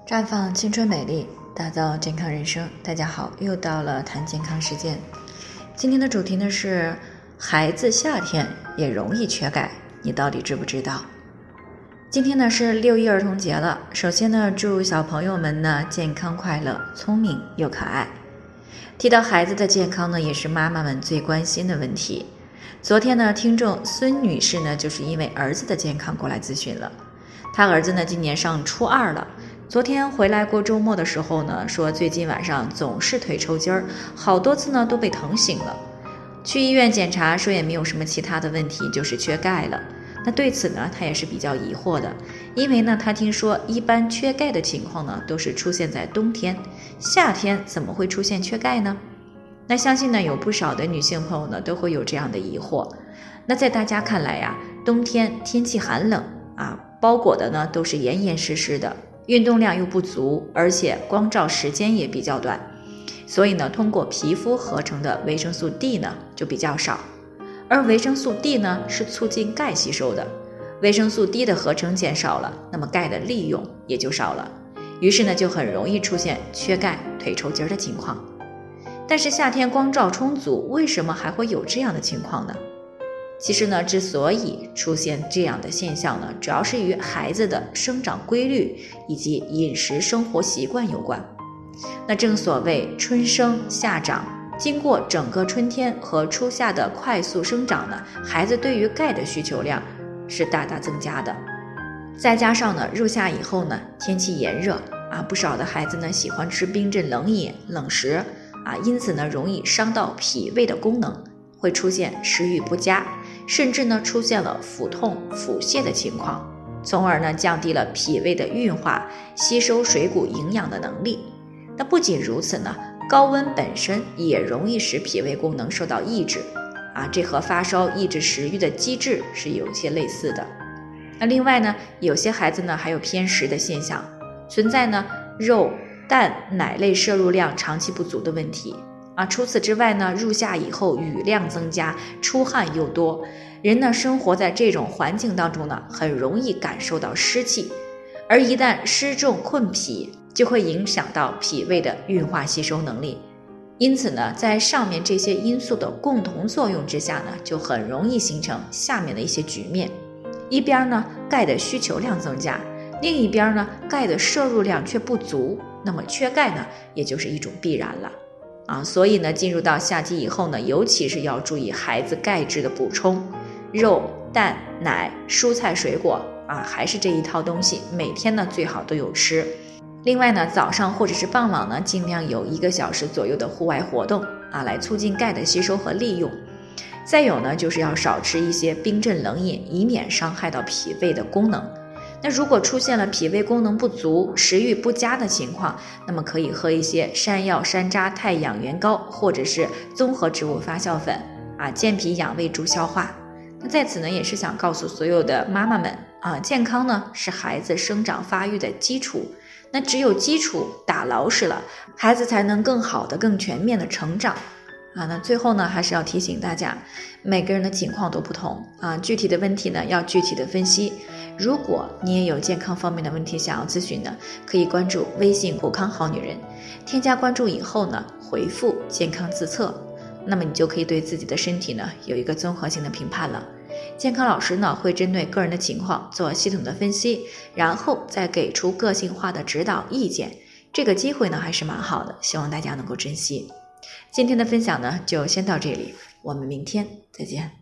绽放青春美丽，打造健康人生。大家好，又到了谈健康时间。今天的主题呢是孩子夏天也容易缺钙，你到底知不知道？今天呢是6一儿童节了，首先呢祝小朋友们呢健康快乐，聪明又可爱。提到孩子的健康呢，也是妈妈们最关心的问题。昨天呢，听众孙女士呢就是因为儿子的健康过来咨询了。她儿子呢今年上初2了，昨天回来过周末的时候呢，说最近晚上总是腿抽筋儿，好多次呢都被疼醒了。去医院检查说也没有什么其他的问题，就是缺钙了。那对此呢，他也是比较疑惑的，因为呢，他听说一般缺钙的情况呢，都是出现在冬天，夏天怎么会出现缺钙呢？那相信呢，有不少的女性朋友呢，都会有这样的疑惑。那在大家看来呀，冬天天气寒冷啊，包裹的呢都是严严实实的，运动量又不足，而且光照时间也比较短，所以呢，通过皮肤合成的维生素 D 呢就比较少。而维生素 D 呢是促进钙吸收的，维生素 D 的合成减少了，那么钙的利用也就少了，于是呢就很容易出现缺钙、腿抽筋的情况。但是夏天光照充足，为什么还会有这样的情况呢？其实呢，之所以出现这样的现象呢，主要是与孩子的生长规律以及饮食生活习惯有关。那正所谓春生夏长，经过整个春天和初夏的快速生长呢，孩子对于钙的需求量是大大增加的。再加上呢，入夏以后呢，天气炎热啊，不少的孩子呢喜欢吃冰镇冷饮、冷食啊，因此呢，容易伤到脾胃的功能，会出现食欲不佳，甚至呢出现了腹痛、腹泻的情况，从而呢降低了脾胃的运化、吸收水谷营养的能力。那不仅如此呢，高温本身也容易使脾胃功能受到抑制啊，这和发烧抑制食欲的机制是有一些类似的。那另外呢，有些孩子呢还有偏食的现象，存在呢肉、蛋、奶类摄入量长期不足的问题啊。除此之外呢，入夏以后雨量增加，出汗又多，人呢生活在这种环境当中呢，很容易感受到湿气，而一旦湿重困脾，就会影响到脾胃的运化吸收能力。因此呢，在上面这些因素的共同作用之下呢，就很容易形成下面的一些局面。一边呢，钙的需求量增加，另一边呢，钙的摄入量却不足，那么缺钙呢，也就是一种必然了啊。所以呢，进入到夏季以后呢，尤其是要注意孩子钙质的补充，肉、蛋、奶、蔬菜、水果啊，还是这一套东西，每天呢最好都有吃。另外呢，早上或者是傍晚呢，尽量有1个小时左右的户外活动啊，来促进钙的吸收和利用。再有呢，就是要少吃一些冰镇冷饮，以免伤害到脾胃的功能。那如果出现了脾胃功能不足、食欲不佳的情况，那么可以喝一些山药、山楂、太养元膏，或者是综合植物发酵粉啊，健脾养胃助消化。那在此呢，也是想告诉所有的妈妈们啊，健康呢是孩子生长发育的基础。那只有基础打牢实了，孩子才能更好的、更全面的成长啊。那最后呢，还是要提醒大家，每个人的情况都不同啊，具体的问题呢要具体的分析。如果你也有健康方面的问题想要咨询呢，可以关注微信普康好女人，添加关注以后呢，回复健康自测，那么你就可以对自己的身体呢有一个综合性的评判了。健康老师呢会针对个人的情况做系统的分析，然后再给出个性化的指导意见。这个机会呢还是蛮好的，希望大家能够珍惜。今天的分享呢就先到这里，我们明天再见。